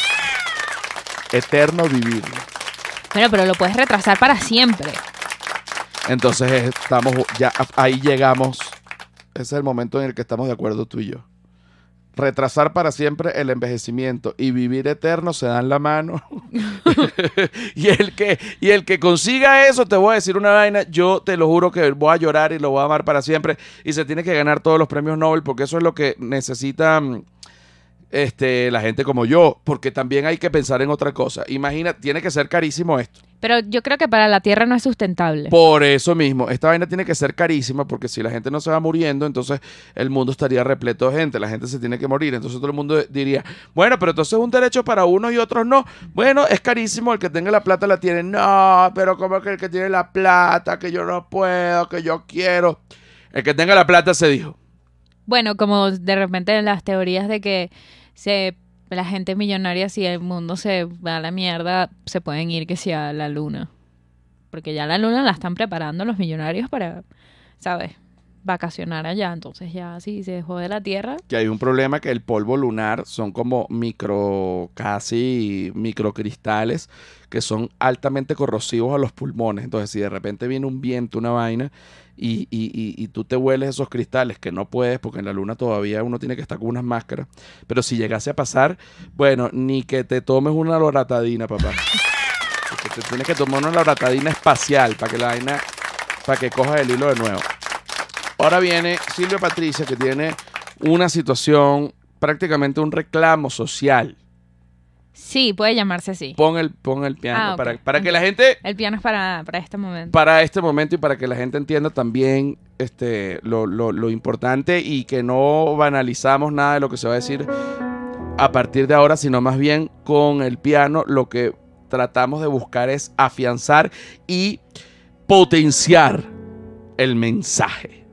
Eterno vivir. Bueno, pero lo puedes retrasar para siempre. Entonces estamos ya ahí llegamos. Ese es el momento en el que estamos de acuerdo tú y yo. Retrasar para siempre el envejecimiento y vivir eterno se dan la mano. y el que y el que consiga eso, te voy a decir una vaina, yo te lo juro que voy a llorar y lo voy a amar para siempre y se tiene que ganar todos los premios Nobel porque eso es lo que necesitan este, la gente como yo, porque también hay que pensar en otra cosa. Imagina, tiene que ser carísimo esto. Pero yo creo que para la Tierra no es sustentable. Por eso mismo, esta vaina tiene que ser carísima porque si la gente no se va muriendo, entonces el mundo estaría repleto de gente, la gente se tiene que morir, entonces todo el mundo diría, bueno, pero entonces es un derecho para unos y otros no. Bueno, es carísimo, el que tenga la plata la tiene. No, pero como que el que tiene la plata, que yo no puedo, que yo quiero. El que tenga la plata se dijo. Bueno, como de repente las teorías de que se... la gente millonaria, si el mundo se va a la mierda, se pueden ir que sea a la luna. Porque ya la luna la están preparando los millonarios para, ¿sabes? Vacacionar allá. Entonces ya si se jode la Tierra. Que hay un problema que el polvo lunar son como micro, casi microcristales que son altamente corrosivos a los pulmones. Entonces si de repente viene un viento, una vaina... Y, y, y, y tú te hueles esos cristales, que no puedes porque en la luna todavía uno tiene que estar con unas máscaras, pero si llegase a pasar, bueno, ni que te tomes una loratadina, papá, porque te tienes que tomar una loratadina espacial para que la vaina, para que cojas el hilo de nuevo. Ahora viene Silvia Patricia, que tiene una situación, prácticamente un reclamo social. Sí, puede llamarse así. Pon el, pon el piano Ah, okay. para, para que la gente... El piano es para, para este momento. Para este momento y para que la gente entienda también este, lo, lo, lo importante y que no banalizamos nada de lo que se va a decir a partir de ahora, sino más bien con el piano lo que tratamos de buscar es afianzar y potenciar el mensaje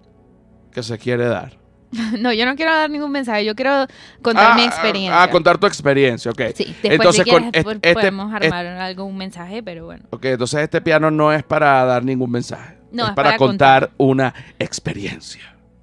que se quiere dar. No, yo no quiero dar ningún mensaje, yo quiero contar ah, mi experiencia. Ah, contar tu experiencia, ok. Sí, después entonces, si quieres, con este, podemos este, armar este, algún mensaje, pero bueno. Ok, entonces este piano no es para dar ningún mensaje. No, es, es para, para contar, contar una experiencia.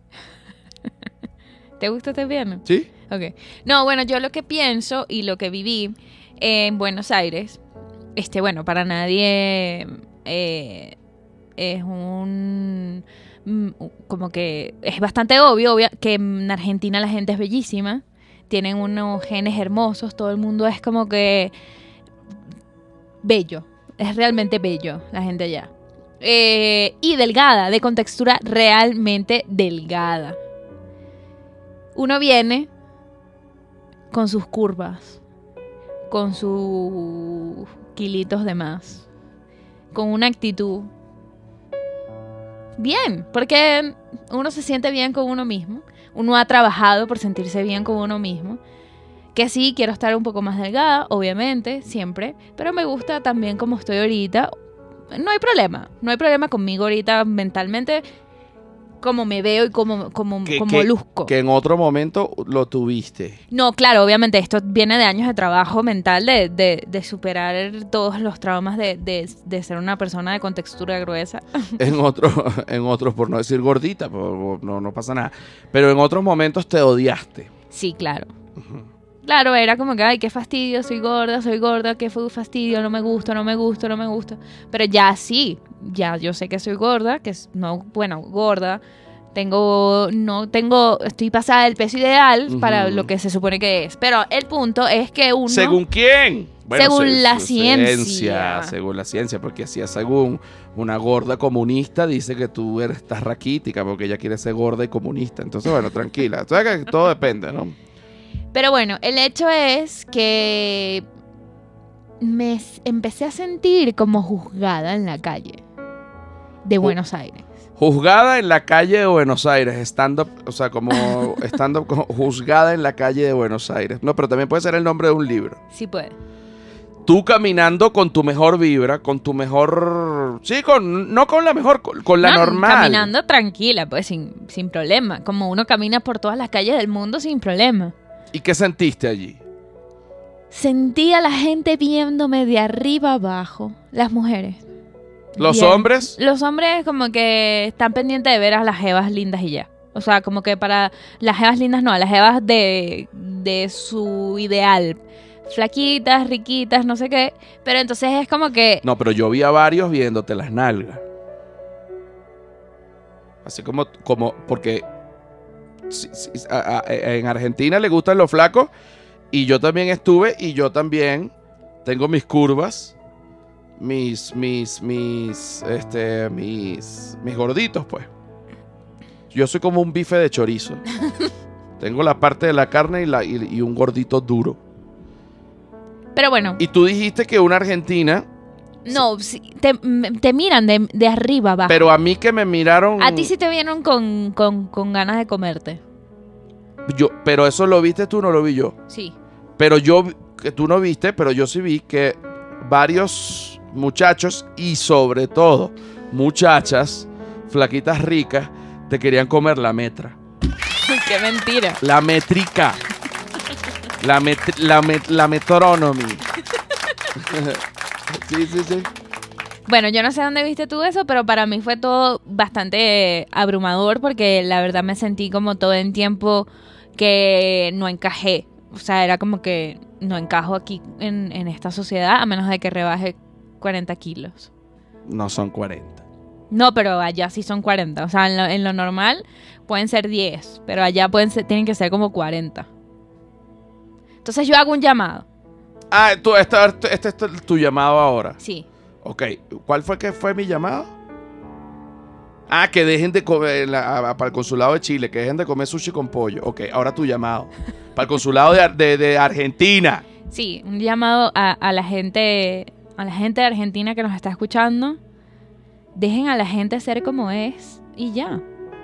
¿Te gusta este piano? Sí. Ok. No, bueno, yo lo que pienso y lo que viví en Buenos Aires, este, bueno, para nadie eh, es un... como que es bastante obvio, obvio que en Argentina la gente es bellísima, tienen unos genes hermosos, todo el mundo es como que bello, es realmente bello la gente allá. Eh, y delgada, de contextura realmente delgada. Uno viene con sus curvas, con sus kilitos de más, con una actitud bien, porque uno se siente bien con uno mismo. Uno ha trabajado por sentirse bien con uno mismo. Que sí, quiero estar un poco más delgada, obviamente, siempre. Pero me gusta también como estoy ahorita. No hay problema. No hay problema conmigo ahorita mentalmente. Como me veo y como, como, que, como que, luzco. Que en otro momento lo tuviste. No, claro, obviamente esto viene de años de trabajo mental, de, de, de superar todos los traumas de, de, de ser una persona de contextura gruesa. En otros, en otros, por no decir gordita, por, no, no pasa nada. Pero en otros momentos te odiaste. Sí, claro. Uh-huh. Claro, era como que, ay, qué fastidio, soy gorda, soy gorda, qué fastidio, no me gusta, no me gusta, no me gusta. Pero ya sí, ya yo sé que soy gorda, que es, no, bueno, gorda, tengo, no tengo, estoy pasada del peso ideal Ujú. para lo que se supone que es. Pero el punto es que uno... ¿Según quién? Según se- la su- ciencia. Según la ciencia, porque si es según una gorda comunista, dice que tú eres, estás raquítica porque ella quiere ser gorda y comunista. Entonces, bueno, tranquila. Tú sabes que todo depende, ¿no? Pero bueno, el hecho es que me s- empecé a sentir como juzgada en la calle de Buenos Aires. Juzgada en la calle de Buenos Aires, stand-up, o sea, como stand-up, como juzgada en la calle de Buenos Aires. No, pero también puede ser el nombre de un libro. Sí puede. Tú caminando con tu mejor vibra, con tu mejor... Sí, con no con la mejor, con, con la No, normal. Caminando tranquila, pues sin, sin problema. Como uno camina por todas las calles del mundo sin problema. ¿Y qué sentiste allí? Sentí a la gente viéndome de arriba abajo. Las mujeres. ¿Los Bien. hombres? Los hombres como que están pendientes de ver a las jevas lindas y ya. O sea, como que para las jevas lindas no, a las jevas de, de su ideal. Flaquitas, riquitas, no sé qué. Pero entonces es como que... No, pero yo vi a varios viéndote las nalgas. Así como, como porque sí, sí, a- a- en Argentina le gustan los flacos y yo también estuve y yo también tengo mis curvas, mis, mis, mis, este, mis, mis gorditos, pues. Yo soy como un bife de chorizo. Tengo la parte de la carne y, la, y, y un gordito duro. Pero bueno, Y tú dijiste que una argentina, no, sí, te, te miran de, de arriba abajo. pero a mí que me miraron... A ti sí te vieron con, con, con ganas de comerte. Yo, pero eso lo viste tú, no lo vi yo. Sí. Pero yo, vi- que tú no viste, pero yo sí vi que varios muchachos y sobre todo muchachas, flaquitas ricas, te querían comer la metra. Qué mentira. La métrica. La, met- la, met- la metronomy. Sí, sí, sí. Bueno, yo no sé dónde viste tú eso, pero para mí fue todo bastante eh, abrumador porque la verdad me sentí como todo el tiempo que no encajé. O sea, era como que no encajo aquí en, en esta sociedad a menos de que rebaje cuarenta kilos. No son cuarenta. No, pero allá sí son cuarenta. O sea, en lo, en lo normal pueden ser diez, pero allá pueden ser, tienen que ser como cuarenta. Entonces yo hago un llamado. Ah, tú, esta- este es tu, tu llamado ahora. Sí. Ok, ¿cuál fue que fue mi llamado? Ah, que dejen de comer la- a- para el consulado de Chile, que dejen de comer sushi con pollo. Ok, ahora tu llamado. Para el consulado de, Ar- de- de Argentina. Sí, un llamado a, a la gente, a la gente de Argentina que nos está escuchando. Dejen a la gente ser como es y ya.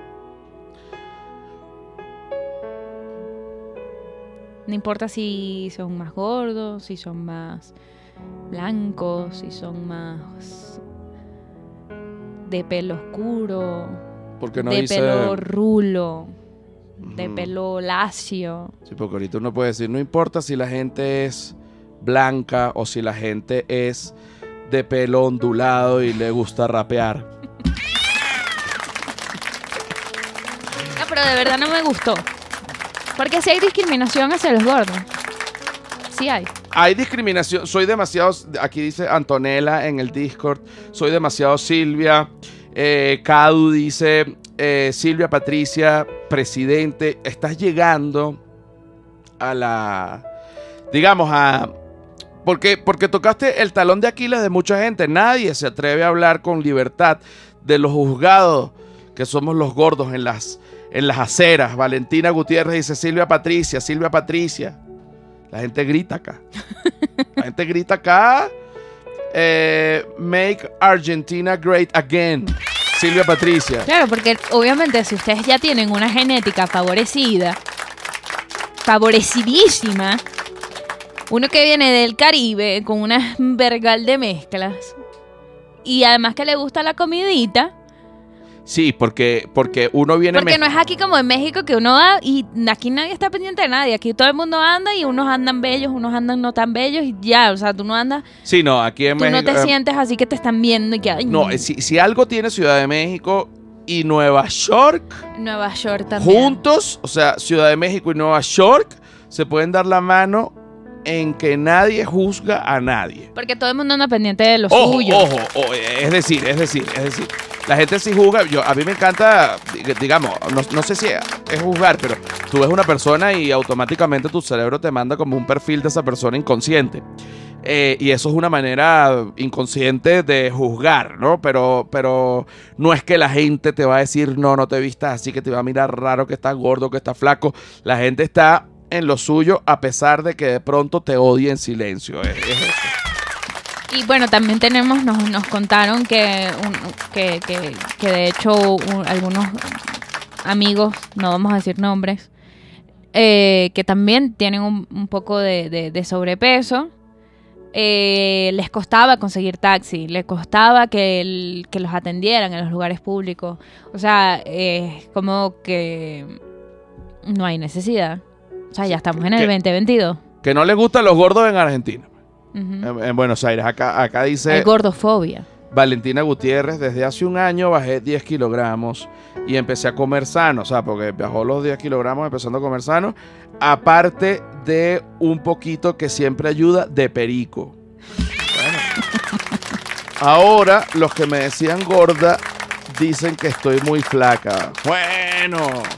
No importa si son más gordos, si son más blancos, si son más de pelo oscuro, Porque no de dice... pelo rulo, de Ujú. pelo lacio. Sí, porque ahorita uno puede decir, no importa si la gente es blanca o si la gente es de pelo ondulado y le gusta rapear. No, pero de verdad no me gustó. Porque si hay discriminación hacia los gordos. Sí hay. Hay discriminación, soy demasiado, aquí dice Antonella en el Discord, soy demasiado Silvia. Eh, Cadu dice, eh, Silvia Patricia, presidente, estás llegando a la, digamos, a... Porque, porque tocaste el talón de Aquiles de mucha gente. Nadie se atreve a hablar con libertad de los juzgados que somos los gordos en las, en las aceras. Valentina Gutiérrez dice Silvia Patricia, Silvia Patricia. La gente grita acá. La gente grita acá. Eh, make Argentina great again. Silvia Patricia. Claro, porque obviamente si ustedes ya tienen una genética favorecida, favorecidísima, uno que viene del Caribe con una vergal de mezclas y además que le gusta la comidita, Sí, porque, porque uno viene... porque mez- no es aquí como en México que uno va y aquí nadie está pendiente de nadie, aquí todo el mundo anda y unos andan bellos, unos andan no tan bellos y ya, o sea, tú no andas, Sí, no, aquí en tú no México... te eh, sientes así que te están viendo y que ay, No, eh, si, si algo tiene Ciudad de México y Nueva York Nueva York también. juntos, o sea, Ciudad de México y Nueva York se pueden dar la mano en que nadie juzga a nadie. Porque todo el mundo anda pendiente de lo Ojo, suyo. ojo, ojo, es decir, es decir, es decir, la gente sí juzga. Yo, a mí me encanta, digamos, no, no sé si es juzgar, pero tú ves una persona y automáticamente tu cerebro te manda como un perfil de esa persona inconsciente. Eh, y eso es una manera inconsciente de juzgar, ¿no? Pero, pero no es que la gente te va a decir, no, no te vistas así, que te va a mirar raro, que estás gordo, que estás flaco. La gente está en lo suyo a pesar de que de pronto te odie en silencio. Es, es eso. Y bueno, también tenemos, nos, nos contaron que, un, que, que, que de hecho un, algunos amigos, no vamos a decir nombres, eh, que también tienen un, un poco de, de, de sobrepeso. Eh, les costaba conseguir taxi, les costaba que, el, que los atendieran en los lugares públicos. O sea, es eh, como que no hay necesidad. O sea, ya estamos en el veinte veintidós. Que no les gustan los gordos en Argentina. Uh-huh. en, en Buenos Aires. Acá, acá dice... Hay gordofobia. Valentina Gutiérrez, desde hace un año bajé diez kilogramos y empecé a comer sano. O sea, porque bajó los diez kilogramos empezando a comer sano. Aparte de un poquito que siempre ayuda de perico. Bueno. Ahora, los que me decían gorda dicen que estoy muy flaca. Bueno...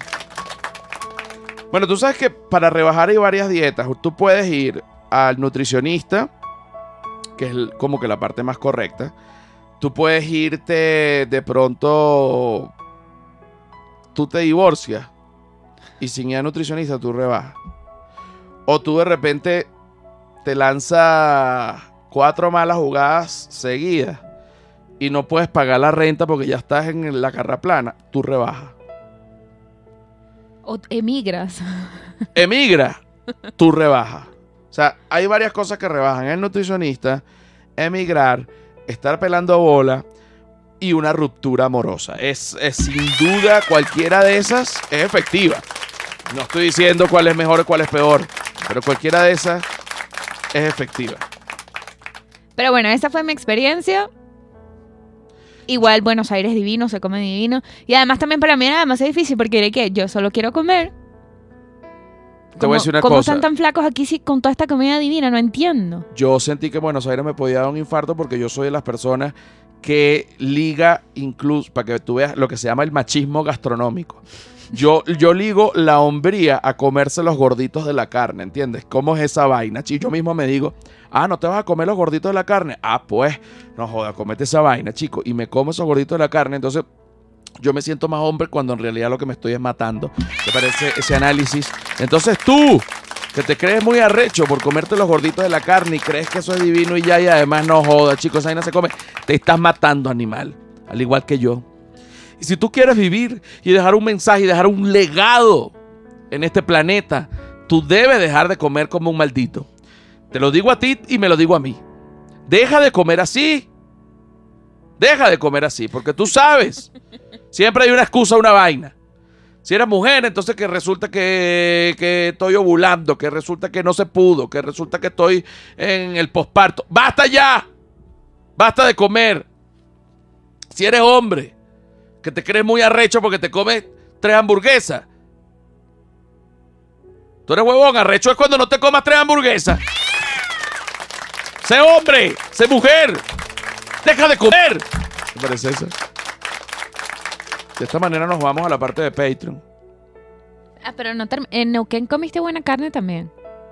Bueno, tú sabes que para rebajar hay varias dietas. Tú puedes ir al nutricionista, que es como que la parte más correcta. Tú puedes irte de pronto, tú te divorcias y sin ir al nutricionista tú rebajas. O tú de repente te lanzas cuatro malas jugadas seguidas y no puedes pagar la renta porque ya estás en la carra plana, tú rebajas. O emigras. Emigra, tú rebajas. O sea, hay varias cosas que rebajan. El nutricionista, emigrar, estar pelando bola y una ruptura amorosa. Es, es sin duda cualquiera de esas es efectiva. No estoy diciendo cuál es mejor o cuál es peor, pero cualquiera de esas es efectiva. Pero bueno, esa fue mi experiencia. Igual Buenos Aires divino, se come divino. Y además también para mí era demasiado difícil porque ¿qué? Yo solo quiero comer. Te voy a decir una ¿Cómo cosa. están tan flacos aquí si con toda esta comida divina? No entiendo. Yo sentí que Buenos Aires me podía dar un infarto porque yo soy de las personas que liga incluso, para que tú veas lo que se llama el machismo gastronómico. Yo, yo ligo la hombría a comerse los gorditos de la carne, ¿entiendes? ¿Cómo es esa vaina? Yo mismo me digo, ah, ¿no te vas a comer los gorditos de la carne? Ah, pues, no joda, comete esa vaina, chico. Y me como esos gorditos de la carne, entonces yo me siento más hombre cuando en realidad lo que me estoy es matando. ¿Te parece ese análisis? Entonces tú, que te crees muy arrecho por comerte los gorditos de la carne y crees que eso es divino y ya, y además no joda, chicos, esa vaina se come, te estás matando, animal, al igual que yo. Y si tú quieres vivir y dejar un mensaje y dejar un legado en este planeta, tú debes dejar de comer como un maldito. Te lo digo a ti y me lo digo a mí. Deja de comer así. Deja de comer así, porque tú sabes, siempre hay una excusa, una vaina. Si eres mujer, entonces que resulta que, que estoy ovulando, que resulta que no se pudo, que resulta que estoy en el posparto. ¡Basta ya! ¡Basta de comer! Si eres hombre, que te crees muy arrecho porque te comes tres hamburguesas. Tú eres huevón, arrecho es cuando no te comas tres hamburguesas. Sé hombre, sé mujer. Deja de comer. ¿Te parece eso? De esta manera nos vamos a la parte de Patreon. Ah, pero no term- en Neuquén comiste buena carne también.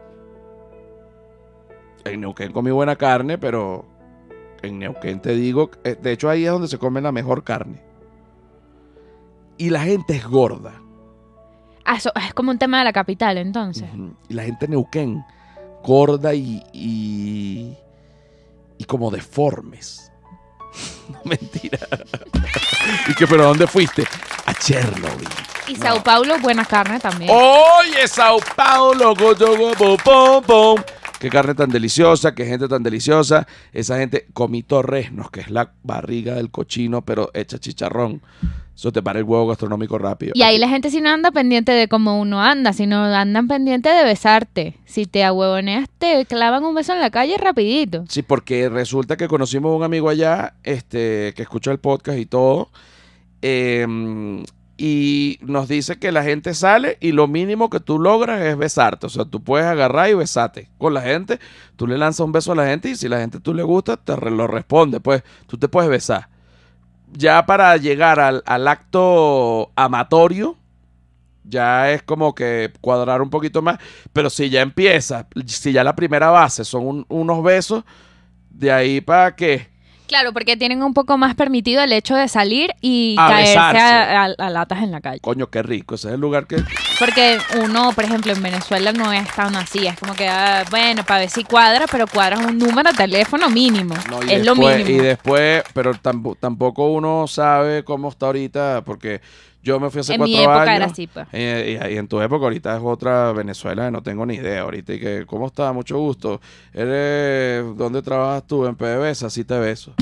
En Neuquén comí buena carne, pero en Neuquén te digo, de hecho ahí es donde se come la mejor carne. Y la gente es gorda. Ah, eso es como un tema de la capital, entonces. Uh-huh. Y la gente en Neuquén, gorda y, y, y como deformes. No, mentira. ¿Y que, pero dónde fuiste? A Chernobyl. Y No. Sao Paulo, buena carne también. Oye, Sao Paulo, go, go, go, pom, pom, pom. Qué carne tan deliciosa, qué gente tan deliciosa. Esa gente comí torresnos, que es la barriga del cochino, pero hecha chicharrón. Eso te para el huevo gastronómico rápido. Y ahí la gente sí no anda pendiente de cómo uno anda, sino andan pendiente de besarte. Si te ahuevoneas, te clavan un beso en la calle rapidito. Sí, porque resulta que conocimos a un amigo allá, este, que escucha el podcast y todo, eh, y nos dice que la gente sale y lo mínimo que tú logras es besarte. O sea, tú puedes agarrar y besarte con la gente. Tú le lanzas un beso a la gente y si la gente tú le gusta, te re- lo responde. Pues tú te puedes besar. Ya para llegar al, al acto amatorio, ya es como que cuadrar un poquito más. Pero si ya empieza, si ya la primera base son un- unos besos, de ahí para qué. Claro, porque tienen un poco más permitido el hecho de salir y A caerse besarse. a, a- a latas en la calle. Coño, qué rico. Ese es el lugar que... Porque uno, por ejemplo, en Venezuela no es tan así. Es como que, ah, bueno, para ver si cuadra, pero cuadras un número de teléfono mínimo. No, y es lo después- mínimo. Y después, pero tampo- tampoco uno sabe cómo está ahorita, porque yo me fui hace En cuatro mi época años. era así, pues. eh, y, y en tu época ahorita es otra Venezuela, no tengo ni idea ahorita. Y que, ¿cómo está? Mucho gusto. ¿Eres, ¿dónde trabajas tú? En PDVSA, así te beso.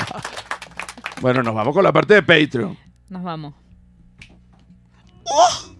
Bueno, nos vamos con la parte de Patreon. Nos vamos. ¡Oh!